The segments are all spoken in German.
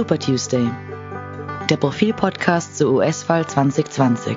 Super Tuesday, der Profil-Podcast zur US-Wahl 2020.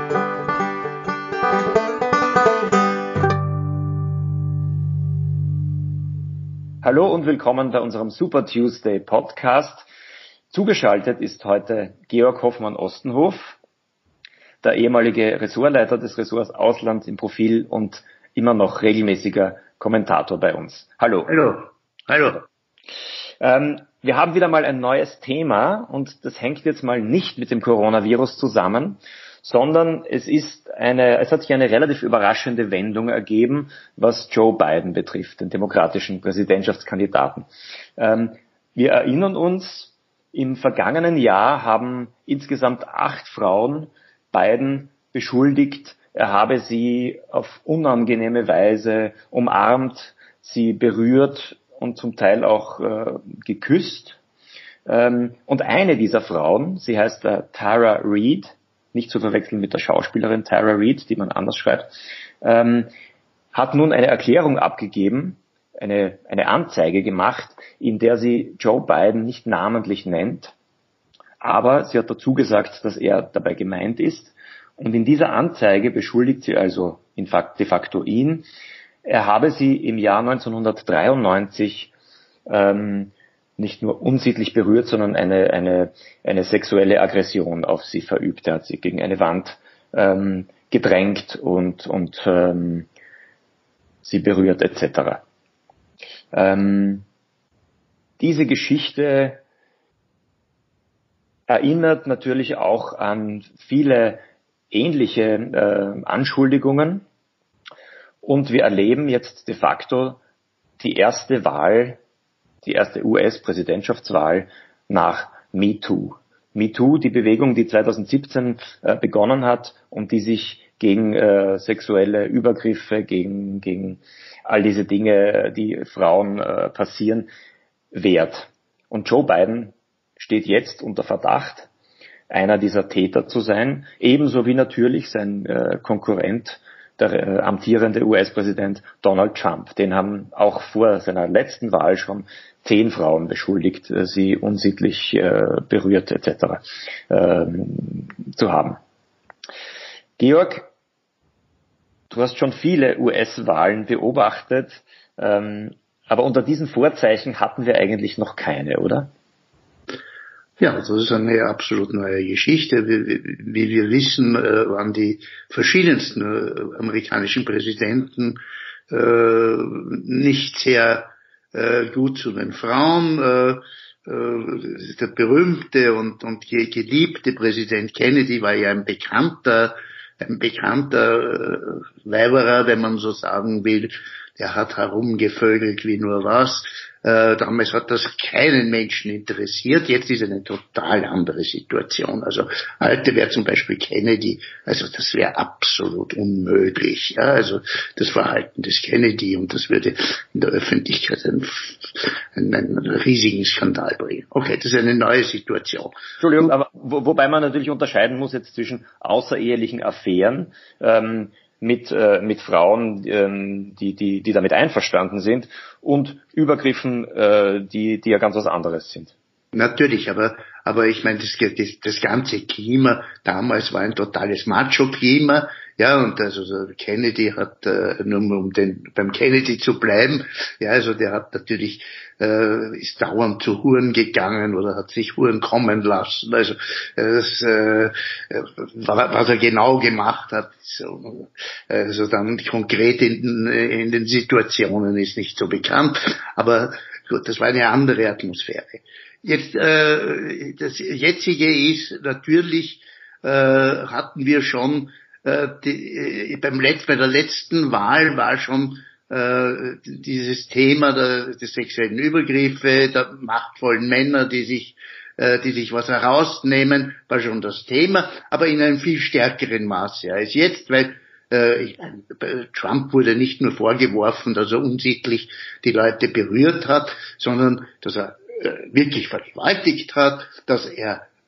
Hallo und willkommen bei unserem Super Tuesday Podcast. Zugeschaltet ist heute Georg Hoffmann-Ostenhof, der ehemalige Ressortleiter des Ressorts Ausland im Profil und immer noch regelmäßiger Kommentator bei uns. Hallo. Hallo. Wir haben wieder mal ein neues Thema und das hängt jetzt mal nicht mit dem Coronavirus zusammen, sondern es hat sich eine relativ überraschende Wendung ergeben, was Joe Biden betrifft, den demokratischen Präsidentschaftskandidaten. Wir erinnern uns, im vergangenen Jahr haben insgesamt 8 Frauen Biden beschuldigt, er habe sie auf unangenehme Weise umarmt, sie berührt und zum Teil auch geküsst. Und eine dieser Frauen, sie heißt Tara Reid, nicht zu verwechseln mit der Schauspielerin Tara Reid, die man anders schreibt, hat nun eine Erklärung abgegeben, eine Anzeige gemacht, in der sie Joe Biden nicht namentlich nennt, aber sie hat dazu gesagt, dass er dabei gemeint ist. Und in dieser Anzeige beschuldigt sie also de facto ihn, er habe sie im Jahr 1993 nicht nur unsittlich berührt, sondern eine sexuelle Aggression auf sie verübt. Er hat sie gegen eine Wand gedrängt und sie berührt etc. Diese Geschichte erinnert natürlich auch an viele ähnliche Anschuldigungen. Und wir erleben jetzt de facto die erste US-Präsidentschaftswahl nach MeToo. MeToo, die Bewegung, die 2017 begonnen hat und die sich gegen sexuelle Übergriffe, gegen all diese Dinge, die Frauen passieren, wehrt. Und Joe Biden steht jetzt unter Verdacht, einer dieser Täter zu sein, ebenso wie natürlich sein Konkurrent, der amtierende US-Präsident Donald Trump. Den haben auch vor seiner letzten Wahl schon 10 Frauen beschuldigt, sie unsittlich berührt etc. Zu haben. Georg, du hast schon viele US-Wahlen beobachtet, aber unter diesen Vorzeichen hatten wir eigentlich noch keine, oder? Ja, das ist eine absolut neue Geschichte. Wie wir wissen, waren die verschiedensten amerikanischen Präsidenten nicht sehr gut zu den Frauen. Der berühmte und geliebte Präsident Kennedy war ja ein bekannter Weiberer, wenn man so sagen will. Der hat herumgevögelt wie nur was. Damals hat das keinen Menschen interessiert. Jetzt ist eine total andere Situation. Also heute wäre zum Beispiel Kennedy, also das wäre absolut unmöglich. Ja, also das Verhalten des Kennedy, und das würde in der Öffentlichkeit einen riesigen Skandal bringen. Okay, das ist eine neue Situation. Entschuldigung, aber wobei man natürlich unterscheiden muss jetzt zwischen außerehelichen Affären, mit Frauen, die damit einverstanden sind, und Übergriffen, die ja ganz was anderes sind. Natürlich, aber ich meine, das ganze Klima damals war ein totales Macho-Klima, ja, und also Kennedy hat, nur um beim Kennedy zu bleiben, ja, also der hat natürlich, ist dauernd zu Huren gegangen oder hat sich Huren kommen lassen, also was er genau gemacht hat, also dann konkret in den Situationen ist nicht so bekannt, aber gut, das war eine andere Atmosphäre. Jetzt, das jetzige ist natürlich, hatten wir schon, bei der letzten Wahl war schon dieses Thema des sexuellen Übergriffe, der machtvollen Männer, die sich was herausnehmen, war schon das Thema, aber in einem viel stärkeren Maße als jetzt, weil Trump wurde nicht nur vorgeworfen, dass er unsittlich die Leute berührt hat, sondern dass er wirklich vergewaltigt hat, dass er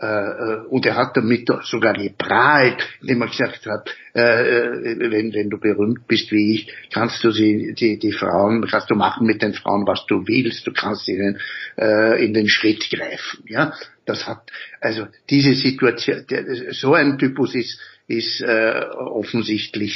Und er hat damit sogar geprahlt, indem er gesagt hat, wenn du berühmt bist wie ich, kannst du die Frauen, kannst du machen mit den Frauen, was du willst, du kannst ihnen in den Schritt greifen. Ja, das hat, also diese Situation, so ein Typus ist offensichtlich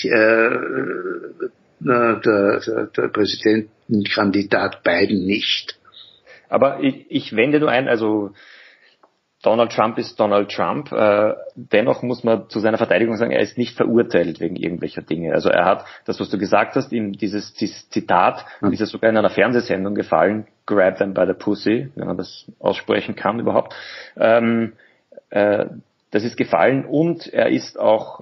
der Präsidentenkandidat Biden nicht. Aber ich wende nur ein, also Donald Trump ist Donald Trump. Dennoch muss man zu seiner Verteidigung sagen, er ist nicht verurteilt wegen irgendwelcher Dinge. Also er hat das, was du gesagt hast, ihm dieses Zitat, ist ja sogar in einer Fernsehsendung gefallen, grab them by the pussy, wenn man das aussprechen kann überhaupt. Das ist gefallen und er ist auch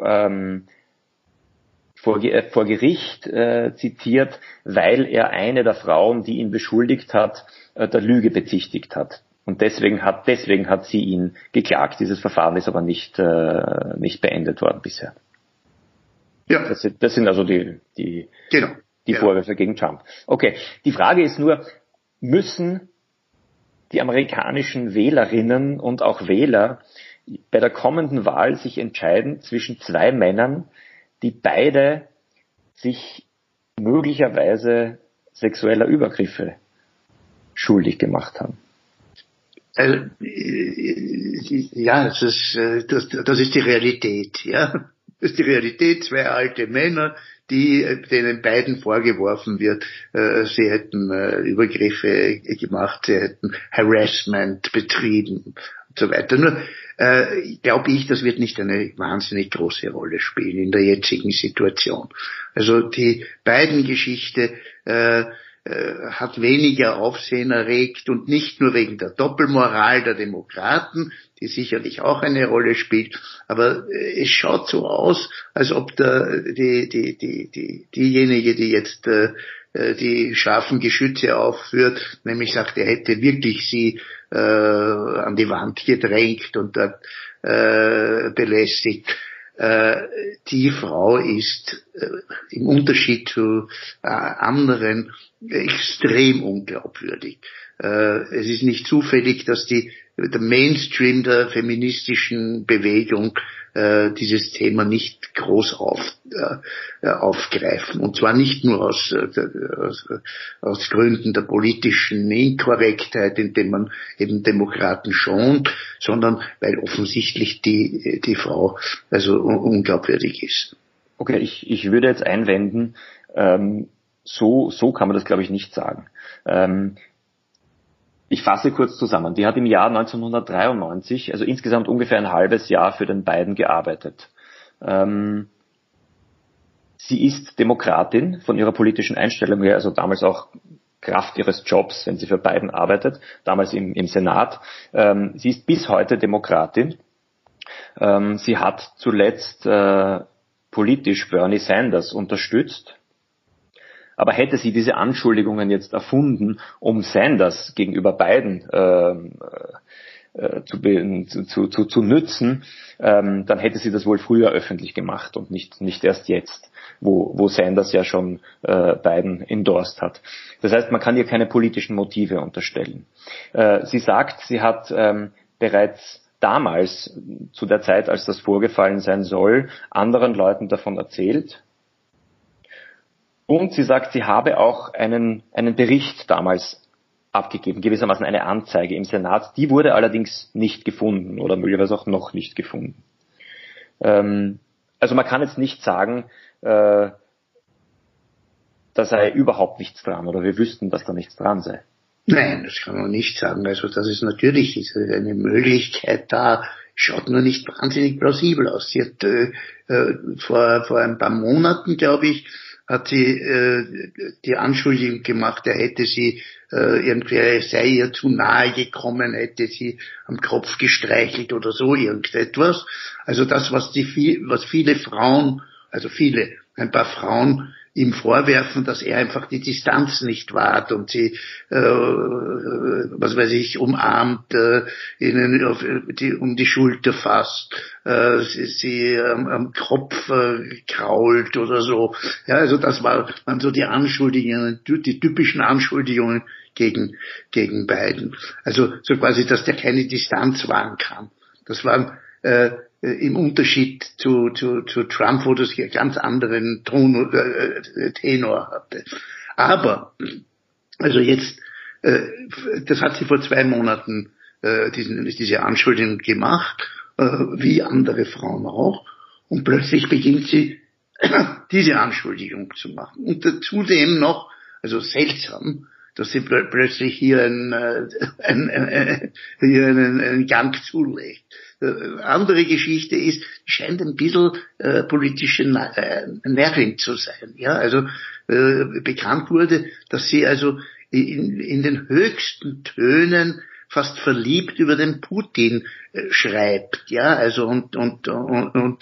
vor Gericht zitiert, weil er eine der Frauen, die ihn beschuldigt hat, der Lüge bezichtigt hat. Und deswegen hat sie ihn geklagt. Dieses Verfahren ist aber nicht beendet worden bisher. Ja. Das sind also die Vorwürfe gegen Trump. Okay. Die Frage ist nur, müssen die amerikanischen Wählerinnen und auch Wähler bei der kommenden Wahl sich entscheiden zwischen zwei Männern, die beide sich möglicherweise sexueller Übergriffe schuldig gemacht haben? Also, ja, das ist die Realität, ja. Das ist die Realität, zwei alte Männer, denen beiden vorgeworfen wird, sie hätten Übergriffe gemacht, sie hätten Harassment betrieben und so weiter. Nur glaube ich, das wird nicht eine wahnsinnig große Rolle spielen in der jetzigen Situation. Also die Biden-Geschichte hat weniger Aufsehen erregt und nicht nur wegen der Doppelmoral der Demokraten, die sicherlich auch eine Rolle spielt, aber es schaut so aus, als ob diejenige, die jetzt die scharfen Geschütze aufführt, nämlich sagt, er hätte wirklich sie an die Wand gedrängt und belästigt. Die Frau ist im Unterschied zu anderen extrem unglaubwürdig. Es ist nicht zufällig, dass der Mainstream der feministischen Bewegung dieses Thema nicht groß aufgreifen. Und zwar nicht nur aus Gründen der politischen Inkorrektheit, indem man eben Demokraten schont, sondern weil offensichtlich die Frau also unglaubwürdig ist. Okay, ich würde jetzt einwenden, so kann man das, glaube ich, nicht sagen. Ich fasse kurz zusammen. Die hat im Jahr 1993, also insgesamt ungefähr ein halbes Jahr für den Biden gearbeitet. Sie ist Demokratin von ihrer politischen Einstellung her, also damals auch Kraft ihres Jobs, wenn sie für Biden arbeitet, damals im Senat. Sie ist bis heute Demokratin. Sie hat zuletzt politisch Bernie Sanders unterstützt. Aber hätte sie diese Anschuldigungen jetzt erfunden, um Sanders gegenüber Biden zu nützen, dann hätte sie das wohl früher öffentlich gemacht und nicht erst jetzt, wo Sanders ja schon Biden endorsed hat. Das heißt, man kann ihr keine politischen Motive unterstellen. Sie sagt, sie hat bereits damals, zu der Zeit, als das vorgefallen sein soll, anderen Leuten davon erzählt. Und sie sagt, sie habe auch einen Bericht damals abgegeben, gewissermaßen eine Anzeige im Senat. Die wurde allerdings nicht gefunden oder möglicherweise auch noch nicht gefunden. Also man kann jetzt nicht sagen, da sei überhaupt nichts dran oder wir wüssten, dass da nichts dran sei. Nein, das kann man nicht sagen. Also das ist natürlich eine Möglichkeit da, schaut nur nicht wahnsinnig plausibel aus. Sie hat vor ein paar Monaten, glaube ich, hat sie die Anschuldigung gemacht, er hätte sie irgendwie sei ihr zu nahe gekommen, hätte sie am Kopf gestreichelt oder so irgendetwas. Also das, was viele Frauen, ein paar Frauen ihm vorwerfen, dass er einfach die Distanz nicht wahrt und sie, umarmt, ihnen um die Schulter fasst, sie am Kopf krault oder so. Ja, also das waren so die Anschuldigungen, die typischen Anschuldigungen gegen Biden. Also so quasi, dass der keine Distanz wahren kann. Das war im Unterschied zu Trump, wo das hier ganz anderen Tenor hatte. Aber, also jetzt, das hat sie vor 2 Monaten diese Anschuldigung gemacht, wie andere Frauen auch, und plötzlich beginnt sie diese Anschuldigung zu machen. Und zudem noch, also seltsam, dass sie plötzlich hier einen Gang zulegt. Andere Geschichte ist, scheint ein bisschen politische Närrin zu sein. Ja, also bekannt wurde, dass sie also in den höchsten Tönen fast verliebt über den Putin schreibt, ja, also und eine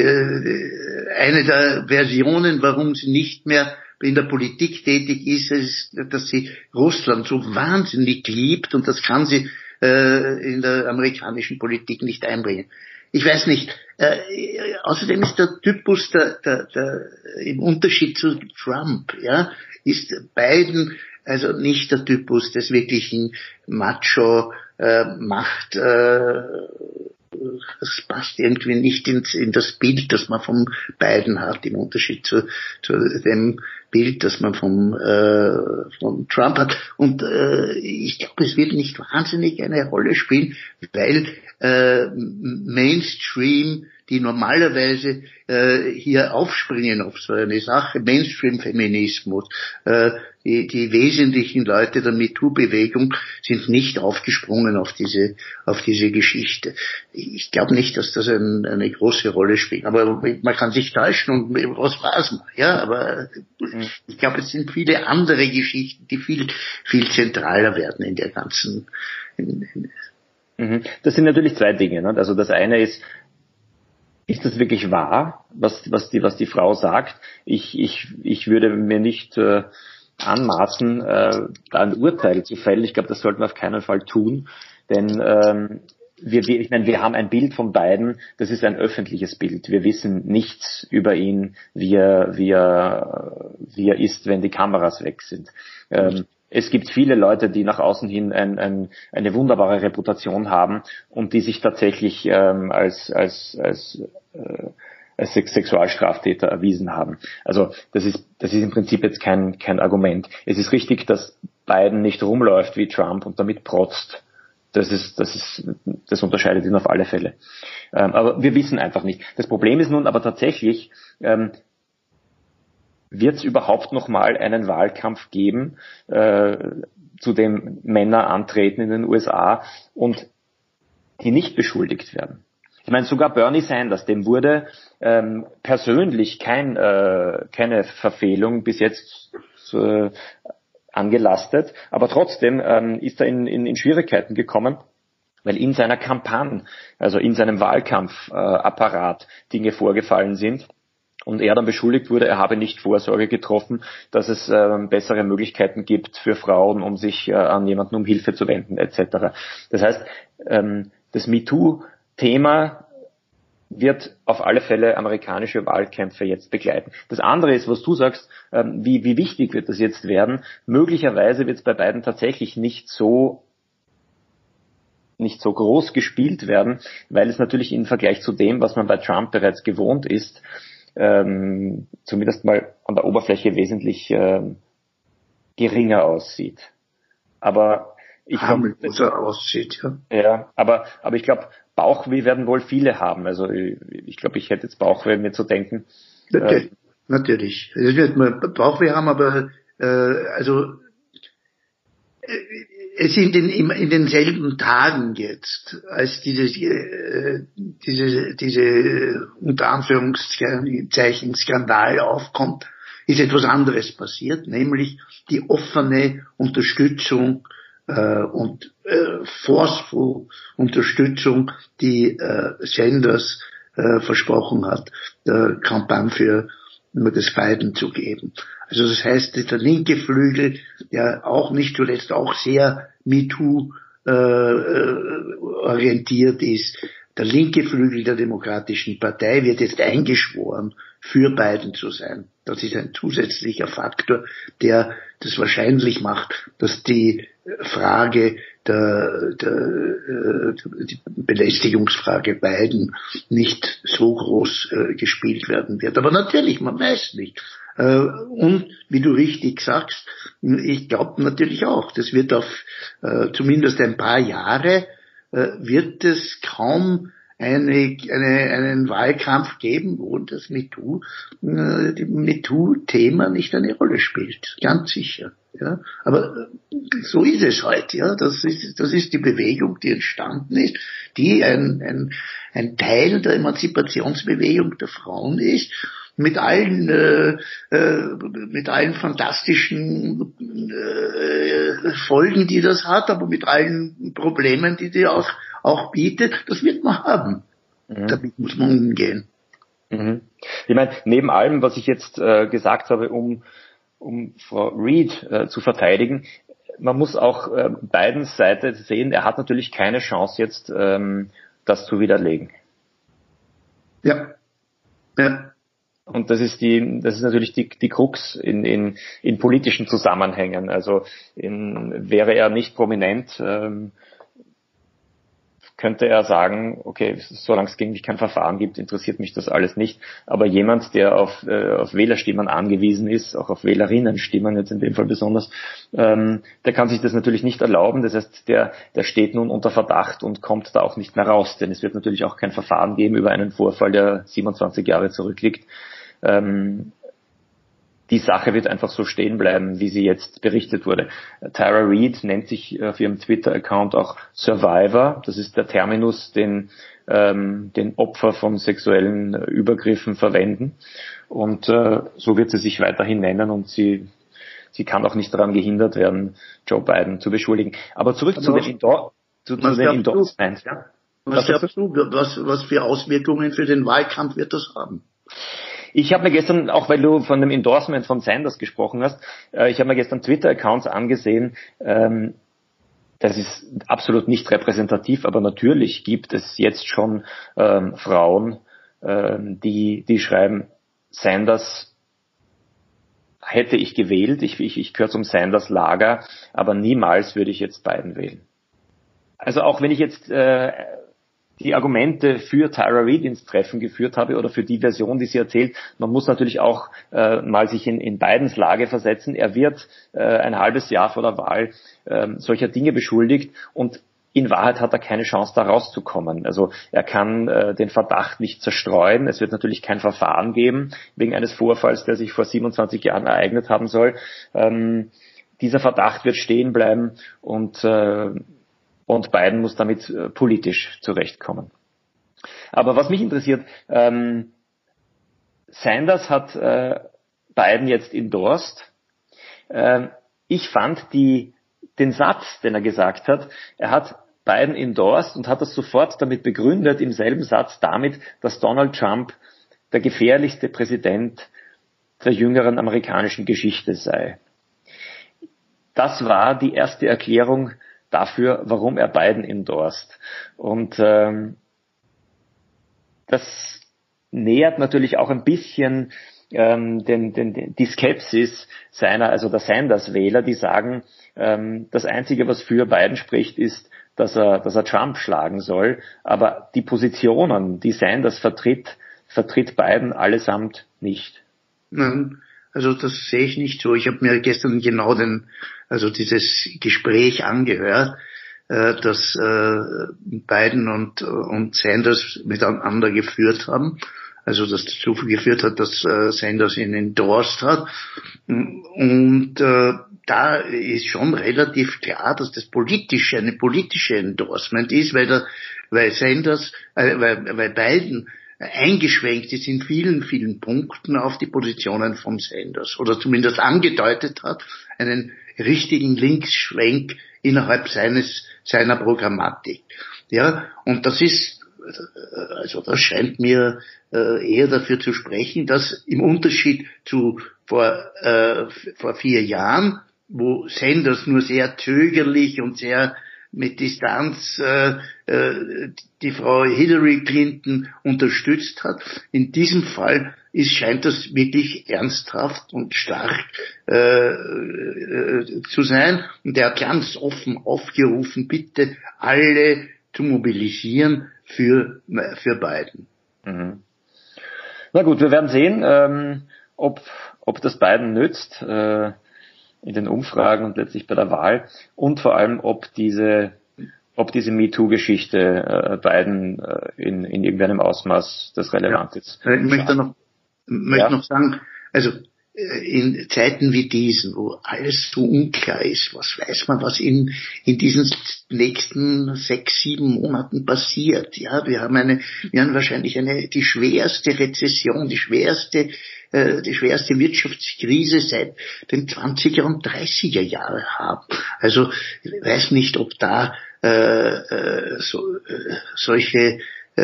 der Versionen, warum sie nicht mehr in der Politik tätig ist, dass sie Russland so wahnsinnig liebt, und das kann sie in der amerikanischen Politik nicht einbringen. Ich weiß nicht. Außerdem ist der Typus im Unterschied zu Trump, ja, ist Biden also nicht der Typus des wirklichen Macho Macht. Das passt irgendwie nicht in das Bild, das man von Biden hat, im Unterschied zu dem Bild, das man von Trump hat. Und ich glaube, es wird nicht wahnsinnig eine Rolle spielen, weil Mainstream, die normalerweise hier aufspringen auf so eine Sache, Mainstream-Feminismus, die wesentlichen Leute der MeToo-Bewegung sind nicht aufgesprungen auf diese Geschichte. Ich glaube nicht, dass das eine große Rolle spielt. Aber man kann sich täuschen und was weiß man. Ja, aber ich glaube, es sind viele andere Geschichten, die viel, viel zentraler werden in der ganzen. Das sind natürlich 2 Dinge. Ne? Also das eine ist das wirklich wahr, was die Frau sagt? Ich würde mir nicht anmaßen, da ein Urteil zu fällen. Ich glaube, das sollten wir auf keinen Fall tun, denn wir haben ein Bild von Biden, das ist ein öffentliches Bild. Wir wissen nichts über ihn, wie er ist, wenn die Kameras weg sind. Es gibt viele Leute, die nach außen hin eine wunderbare Reputation haben und die sich tatsächlich als Sexualstraftäter erwiesen haben. Also das ist im Prinzip jetzt kein Argument. Es ist richtig, dass Biden nicht rumläuft wie Trump und damit protzt. Das unterscheidet ihn auf alle Fälle. Aber wir wissen einfach nicht. Das Problem ist nun aber tatsächlich, wird es überhaupt noch mal einen Wahlkampf geben, zu dem Männer antreten in den USA und die nicht beschuldigt werden? Ich meine, sogar Bernie Sanders, dem wurde persönlich keine Verfehlung bis jetzt angelastet, aber trotzdem ist er in Schwierigkeiten gekommen, weil in seiner Kampagne, also in seinem Wahlkampfapparat Dinge vorgefallen sind und er dann beschuldigt wurde, er habe nicht Vorsorge getroffen, dass es bessere Möglichkeiten gibt für Frauen, um sich an jemanden um Hilfe zu wenden etc. Das heißt, das MeToo-Thema wird auf alle Fälle amerikanische Wahlkämpfe jetzt begleiten. Das andere ist, was du sagst, wie wichtig wird das jetzt werden? Möglicherweise wird es bei beiden tatsächlich nicht so groß gespielt werden, weil es natürlich im Vergleich zu dem, was man bei Trump bereits gewohnt ist, zumindest mal an der Oberfläche wesentlich geringer aussieht. Aber ich aber ich glaube, Bauchweh werden wohl viele haben. Also ich glaube, ich hätte jetzt Bauchweh, mir zu denken. Natürlich. Es wird man Bauchweh haben, aber es sind in denselben Tagen jetzt, als diese unter Anführungszeichen Skandal aufkommt, ist etwas anderes passiert, nämlich die offene Unterstützung und forceful Unterstützung, die Sanders versprochen hat, der Kampagne für das Biden zu geben. Also das heißt, der linke Flügel, der auch nicht zuletzt auch sehr MeToo orientiert ist, der linke Flügel der Demokratischen Partei wird jetzt eingeschworen, für Biden zu sein. Das ist ein zusätzlicher Faktor, der das wahrscheinlich macht, dass die Frage die Belästigungsfrage Biden nicht so groß gespielt werden wird. Aber natürlich, man weiß nicht. Und wie du richtig sagst, ich glaube natürlich auch, das wird auf zumindest ein paar Jahre wird es kaum einen Wahlkampf geben, wo das MeToo-Thema nicht eine Rolle spielt. Ganz sicher. Ja. Aber so ist es halt. Ja. Das ist die Bewegung, die entstanden ist, die ein Teil der Emanzipationsbewegung der Frauen ist. Mit allen fantastischen Folgen, die das hat, aber mit allen Problemen, die auch bietet, das wird man haben. Mhm. Damit muss man umgehen. Mhm. Ich meine, neben allem, was ich jetzt gesagt habe, um Frau Reid zu verteidigen, man muss auch Bidens Seite sehen, er hat natürlich keine Chance jetzt, das zu widerlegen. Ja. Ja. Und das ist natürlich die Krux in politischen Zusammenhängen. Also wäre er nicht prominent, könnte er sagen, okay, solange es gegen mich kein Verfahren gibt, interessiert mich das alles nicht. Aber jemand, der auf Wählerstimmen angewiesen ist, auch auf Wählerinnenstimmen jetzt in dem Fall besonders, der kann sich das natürlich nicht erlauben. Das heißt, der steht nun unter Verdacht und kommt da auch nicht mehr raus. Denn es wird natürlich auch kein Verfahren geben über einen Vorfall, der 27 Jahre zurückliegt. Die Sache wird einfach so stehen bleiben, wie sie jetzt berichtet wurde. Tara Reid nennt sich auf ihrem Twitter-Account auch Survivor. Das ist der Terminus, den Opfer von sexuellen Übergriffen verwenden. Und so wird sie sich weiterhin nennen und sie kann auch nicht daran gehindert werden, Joe Biden zu beschuldigen. Aber zurück zu den Endorsements. Ja? Was glaubst du, was für Auswirkungen für den Wahlkampf wird das haben? Ich habe mir gestern, auch weil du von dem Endorsement von Sanders gesprochen hast, ich habe mir gestern Twitter-Accounts angesehen. Das ist absolut nicht repräsentativ, aber natürlich gibt es jetzt schon Frauen, die schreiben, Sanders hätte ich gewählt, ich gehöre zum Sanders-Lager, aber niemals würde ich jetzt Biden wählen. Also auch wenn ich jetzt die Argumente für Tara Reid ins Treffen geführt habe oder für die Version, die sie erzählt, man muss natürlich auch mal sich in Bidens Lage versetzen. Er wird ein halbes Jahr vor der Wahl solcher Dinge beschuldigt und in Wahrheit hat er keine Chance, da rauszukommen. Also er kann den Verdacht nicht zerstreuen. Es wird natürlich kein Verfahren geben wegen eines Vorfalls, der sich vor 27 Jahren ereignet haben soll. Dieser Verdacht wird stehen bleiben und Biden muss damit politisch zurechtkommen. Aber was mich interessiert, Sanders hat Biden jetzt endorsed. Ich fand den Satz, den er gesagt hat, er hat Biden endorsed und hat das sofort damit begründet, im selben Satz damit, dass Donald Trump der gefährlichste Präsident der jüngeren amerikanischen Geschichte sei. Das war die erste Erklärung dafür, warum er Biden endorsed. Und das nähert natürlich auch ein bisschen die Skepsis der Sanders-Wähler, die sagen, das Einzige, was für Biden spricht, ist, dass er Trump schlagen soll. Aber die Positionen, die Sanders vertritt Biden allesamt nicht. Also das sehe ich nicht so. Ich habe mir gestern genau dieses Gespräch angehört, das Biden und Sanders miteinander geführt haben. Also das dazu geführt hat, dass Sanders ihn endorsed hat. Und da ist schon relativ klar, dass das eine politische Endorsement ist, weil Biden eingeschwenkt ist in vielen, vielen Punkten auf die Positionen von Sanders oder zumindest angedeutet hat, einen richtigen Linksschwenk innerhalb seiner Programmatik. Ja, und das scheint mir eher dafür zu sprechen, dass im Unterschied zu vor 4 Jahren, wo Sanders nur sehr zögerlich und sehr mit Distanz die Frau Hillary Clinton unterstützt hat. In diesem Fall scheint das wirklich ernsthaft und stark zu sein. Und er hat ganz offen aufgerufen, bitte alle zu mobilisieren für Biden. Mhm. Na gut, wir werden sehen, ob das Biden nützt in den Umfragen und letztlich bei der Wahl und vor allem, ob diese MeToo-Geschichte Biden in irgendeinem Ausmaß das relevant ist. Ich möchte noch sagen, also in Zeiten wie diesen, wo alles so unklar ist, was weiß man, was in diesen nächsten 6, 7 Monaten passiert. Ja, wir haben wahrscheinlich die schwerste Rezession, die schwerste Wirtschaftskrise seit den 20er und 30er Jahren haben. Also ich weiß nicht, ob da solche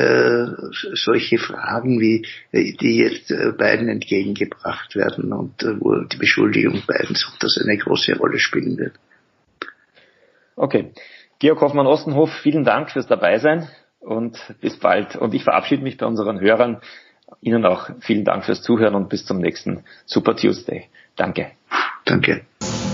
Fragen wie die jetzt Biden entgegengebracht werden und wo die Beschuldigung Bidens, ob das eine große Rolle spielen wird. Okay. Georg Hoffmann-Ostenhof, vielen Dank fürs Dabeisein und bis bald. Und ich verabschiede mich bei unseren Hörern. Ihnen auch vielen Dank fürs Zuhören und bis zum nächsten Super Tuesday. Danke. Danke.